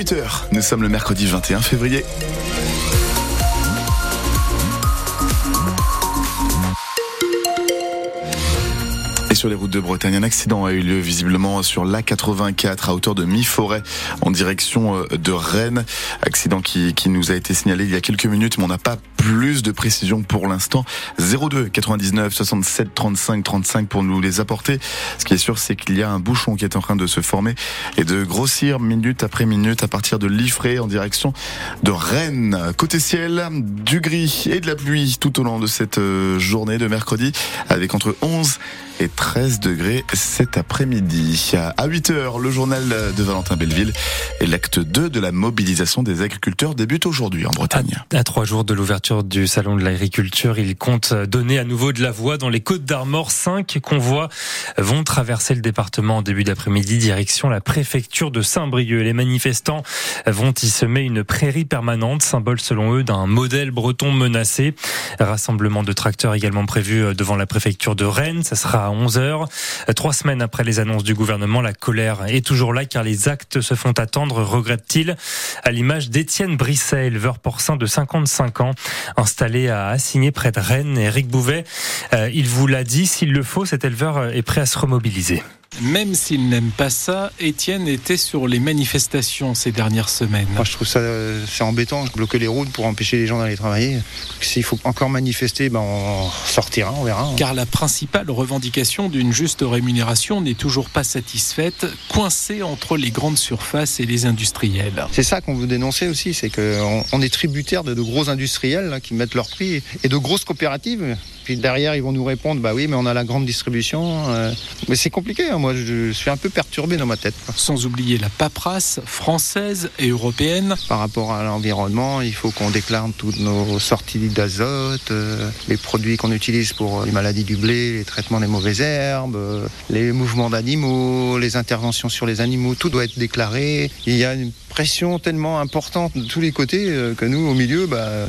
8h, nous sommes le mercredi 21 février. Et sur les routes de Bretagne, un accident a eu lieu visiblement sur l'A84 à hauteur de Mi-Forêt en direction de Rennes. Accident qui nous a été signalé il y a quelques minutes, mais on n'a pas plus de précision pour l'instant. 02 99 67 35 35 pour nous les apporter. Ce qui est sûr, c'est qu'il y a un bouchon qui est en train de se former et de grossir minute après minute à partir de Liffré en direction de Rennes. Côté ciel, du gris et de la pluie tout au long de cette journée de mercredi, avec entre 11 et 13 degrés cet après-midi. À 8h, le journal de Valentin Belleville et l'acte 2 de la mobilisation des agriculteurs débute aujourd'hui en Bretagne. À 3 jours de l'ouverture du salon de l'agriculture, il compte donner à nouveau de la voix dans les Côtes-d'Armor. 5 convois vont traverser le département en début d'après-midi, direction la préfecture de Saint-Brieuc. Les manifestants vont y semer une prairie permanente, symbole selon eux d'un modèle breton menacé. Rassemblement de tracteurs également prévu devant la préfecture de Rennes. Ça sera à 11h. 3 semaines après les annonces du gouvernement, la colère est toujours là car les actes se font attendre, regrette-t-il, à l'image d'Étienne Brisset, éleveur porcin de 55 ans, installé à Assigné près de Rennes. Éric Bouvet, il vous l'a dit, s'il le faut, cet éleveur est prêt à se remobiliser. Même s'il n'aime pas ça, Étienne était sur les manifestations ces dernières semaines. Moi, je trouve ça c'est embêtant, bloquer les routes pour empêcher les gens d'aller travailler. S'il faut encore manifester, on sortira, on verra. Car la principale revendication d'une juste rémunération n'est toujours pas satisfaite, coincée entre les grandes surfaces et les industriels. C'est ça qu'on veut dénoncer aussi, c'est qu'on est tributaire de gros industriels là, qui mettent leur prix et de grosses coopératives. Puis derrière, ils vont nous répondre, oui, mais on a la grande distribution. Mais c'est compliqué, hein. Moi, je suis un peu perturbé dans ma tête. Sans oublier la paperasse française et européenne. Par rapport à l'environnement, il faut qu'on déclare toutes nos sorties d'azote, les produits qu'on utilise pour les maladies du blé, les traitements des mauvaises herbes, les mouvements d'animaux, les interventions sur les animaux, tout doit être déclaré. Il y a une pression tellement importante de tous les côtés que nous, au milieu,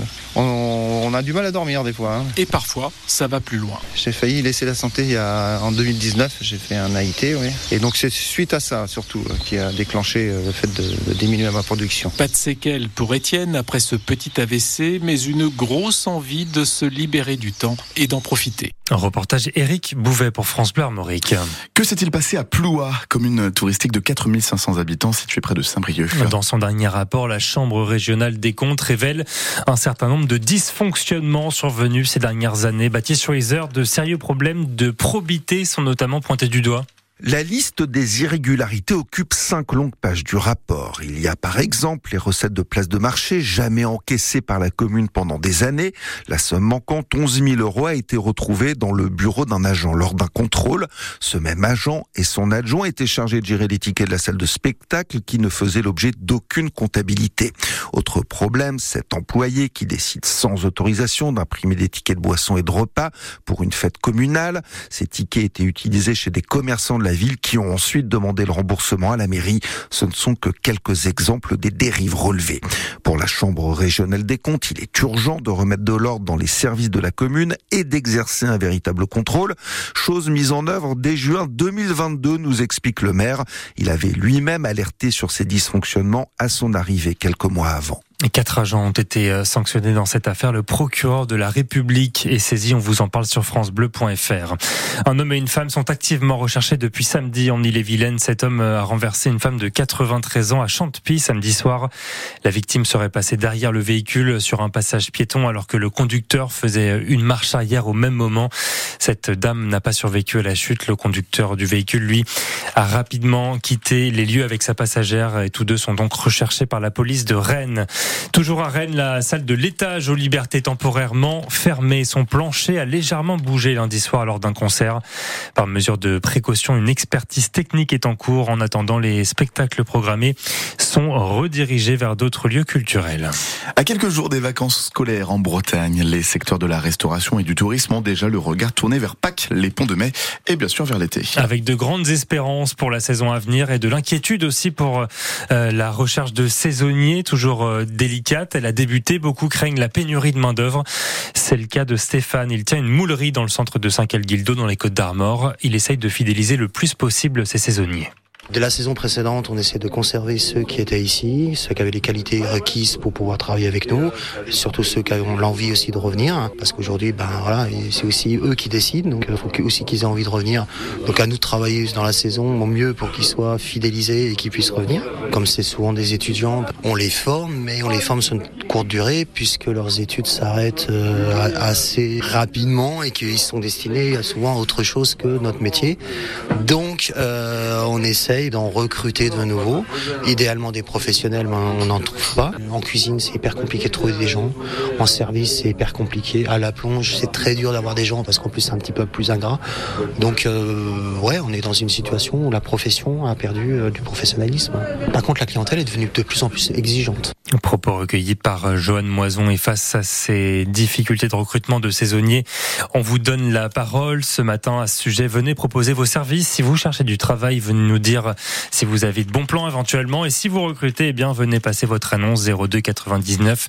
on a du mal à dormir des fois. Hein. Et parfois, ça va plus loin. J'ai failli laisser la santé en 2019, j'ai fait un AIT, oui. Et donc c'est suite à ça surtout qui a déclenché le fait de diminuer ma production. Pas de séquelles pour Étienne après ce petit AVC, mais une grosse envie de se libérer du temps et d'en profiter. Un reportage Éric Bouvet pour France Bleu Armorique. Que s'est-il passé à Plouha, commune touristique de 4500 habitants située près de Saint-Brieuc? Dans son dernier rapport, la Chambre régionale des comptes révèle un certain nombre de dysfonctionnements survenus ces dernières années. Bâtie-sur-Isère, de sérieux problèmes de probité sont notamment pointés du doigt. La liste des irrégularités occupe 5 longues pages du rapport. Il y a par exemple les recettes de places de marché jamais encaissées par la commune pendant des années. La somme manquante, 11 000 €, a été retrouvée dans le bureau d'un agent lors d'un contrôle. Ce même agent et son adjoint étaient chargés de gérer les tickets de la salle de spectacle qui ne faisait l'objet d'aucune comptabilité. Autre problème, cet employé qui décide sans autorisation d'imprimer des tickets de boissons et de repas pour une fête communale. Ces tickets étaient utilisés chez des commerçants de la ville qui ont ensuite demandé le remboursement à la mairie. Ce ne sont que quelques exemples des dérives relevées. Pour la Chambre régionale des comptes, il est urgent de remettre de l'ordre dans les services de la commune et d'exercer un véritable contrôle. Chose mise en œuvre dès juin 2022, nous explique le maire. Il avait lui-même alerté sur ces dysfonctionnements à son arrivée quelques mois avant. 4 agents ont été sanctionnés dans cette affaire. Le procureur de la République est saisi. On vous en parle sur francebleu.fr. Un homme et une femme sont activement recherchés depuis samedi en Ille-et-Vilaine. Cet homme a renversé une femme de 93 ans à Chantepie samedi soir. La victime serait passée derrière le véhicule sur un passage piéton alors que le conducteur faisait une marche arrière au même moment. Cette dame n'a pas survécu à la chute. Le conducteur du véhicule, lui, a rapidement quitté les lieux avec sa passagère et tous deux sont donc recherchés par la police de Rennes. Toujours à Rennes, la salle de l'étage aux Libertés temporairement fermée. Son plancher a légèrement bougé lundi soir lors d'un concert. Par mesure de précaution, une expertise technique est en cours. En attendant, les spectacles programmés sont redirigés vers d'autres lieux culturels. À quelques jours des vacances scolaires en Bretagne, les secteurs de la restauration et du tourisme ont déjà le regard tourné vers Pâques, les ponts de mai et bien sûr vers l'été. Avec de grandes espérances pour la saison à venir et de l'inquiétude aussi pour la recherche de saisonniers, toujours délicate. Elle a débuté, beaucoup craignent la pénurie de main-d'œuvre. C'est le cas de Stéphane. Il tient une moulerie dans le centre de Saint-Calguildo, dans les Côtes-d'Armor. Il essaye de fidéliser le plus possible ses saisonniers. Dès la saison précédente, on essaie de conserver ceux qui étaient ici, ceux qui avaient les qualités requises pour pouvoir travailler avec nous, surtout ceux qui ont l'envie aussi de revenir, parce qu'aujourd'hui, c'est aussi eux qui décident, donc il faut aussi qu'ils aient envie de revenir. Donc à nous de travailler dans la saison au mieux pour qu'ils soient fidélisés et qu'ils puissent revenir. Comme c'est souvent des étudiants, on les forme, mais on les forme sur une courte durée, puisque leurs études s'arrêtent assez rapidement et qu'ils sont destinés souvent à autre chose que notre métier. Donc on essaye d'en recruter de nouveau, idéalement des professionnels, mais on n'en trouve pas. En cuisine, c'est hyper compliqué de trouver des gens. En service, c'est hyper compliqué. À la plonge, c'est très dur d'avoir des gens parce qu'en plus, c'est un petit peu plus ingrat. Donc, on est dans une situation où la profession a perdu du professionnalisme. Par contre, la clientèle est devenue de plus en plus exigeante. Propos recueillis par Joanne Moison. Et face à ces difficultés de recrutement de saisonniers, on vous donne la parole ce matin à ce sujet. Venez proposer vos services. Si vous cherchez du travail, venez nous dire si vous avez de bons plans éventuellement. Et si vous recrutez, venez passer votre annonce 02 99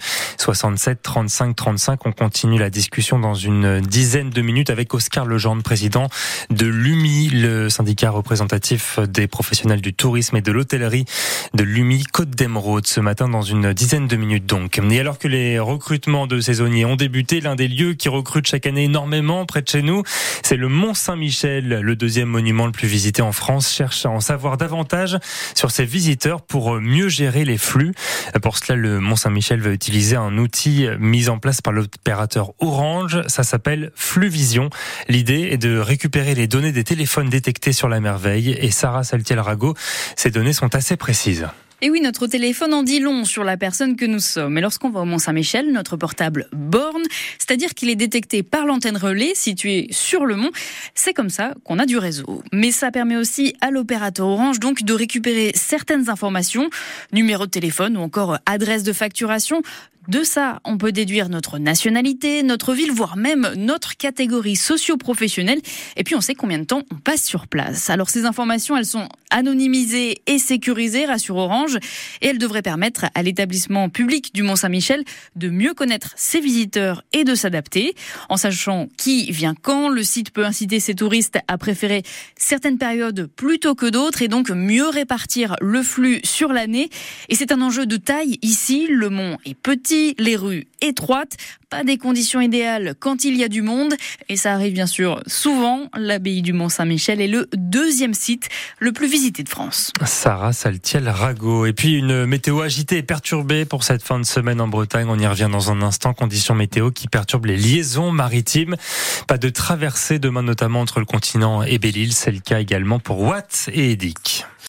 67 35 35. On continue la discussion dans une dizaine de minutes avec Oscar Legendre, président de l'UMI, le syndicat représentatif des professionnels du tourisme et de l'hôtellerie de l'UMI Côte d'Émeraude. Ce matin, dans une dizaine de minutes donc. Et alors que les recrutements de saisonniers ont débuté, l'un des lieux qui recrute chaque année énormément près de chez nous, c'est le Mont-Saint-Michel, le deuxième monument le plus visité en France, cherche à en savoir davantage sur ses visiteurs pour mieux gérer les flux. Pour cela, le Mont-Saint-Michel va utiliser un outil mis en place par l'opérateur Orange. Ça s'appelle Fluvision. L'idée est de récupérer les données des téléphones détectés sur la merveille. Et Sarah Saltiel-Rago, ces données sont assez précises. Et oui, notre téléphone en dit long sur la personne que nous sommes. Et lorsqu'on va au Mont-Saint-Michel, notre portable borne, c'est-à-dire qu'il est détecté par l'antenne relais située sur le mont. C'est comme ça qu'on a du réseau. Mais ça permet aussi à l'opérateur Orange donc de récupérer certaines informations, numéro de téléphone ou encore adresse de facturation. De ça, on peut déduire notre nationalité, notre ville, voire même notre catégorie socio-professionnelle. Et puis, on sait combien de temps on passe sur place. Alors, ces informations, elles sont anonymisées et sécurisées, rassure Orange. Et elles devraient permettre à l'établissement public du Mont-Saint-Michel de mieux connaître ses visiteurs et de s'adapter. En sachant qui vient quand, le site peut inciter ses touristes à préférer certaines périodes plutôt que d'autres et donc mieux répartir le flux sur l'année. Et c'est un enjeu de taille ici. Le mont est petit, les rues étroites, pas des conditions idéales quand il y a du monde. Et ça arrive bien sûr souvent. L'abbaye du Mont-Saint-Michel est le deuxième site le plus visité de France. Sarah Saltiel-Rago. Et puis une météo agitée et perturbée pour cette fin de semaine en Bretagne. On y revient dans un instant. Conditions météo qui perturbent les liaisons maritimes. Pas de traversée demain, notamment entre le continent et Belle-Île. C'est le cas également pour Watt et Edic.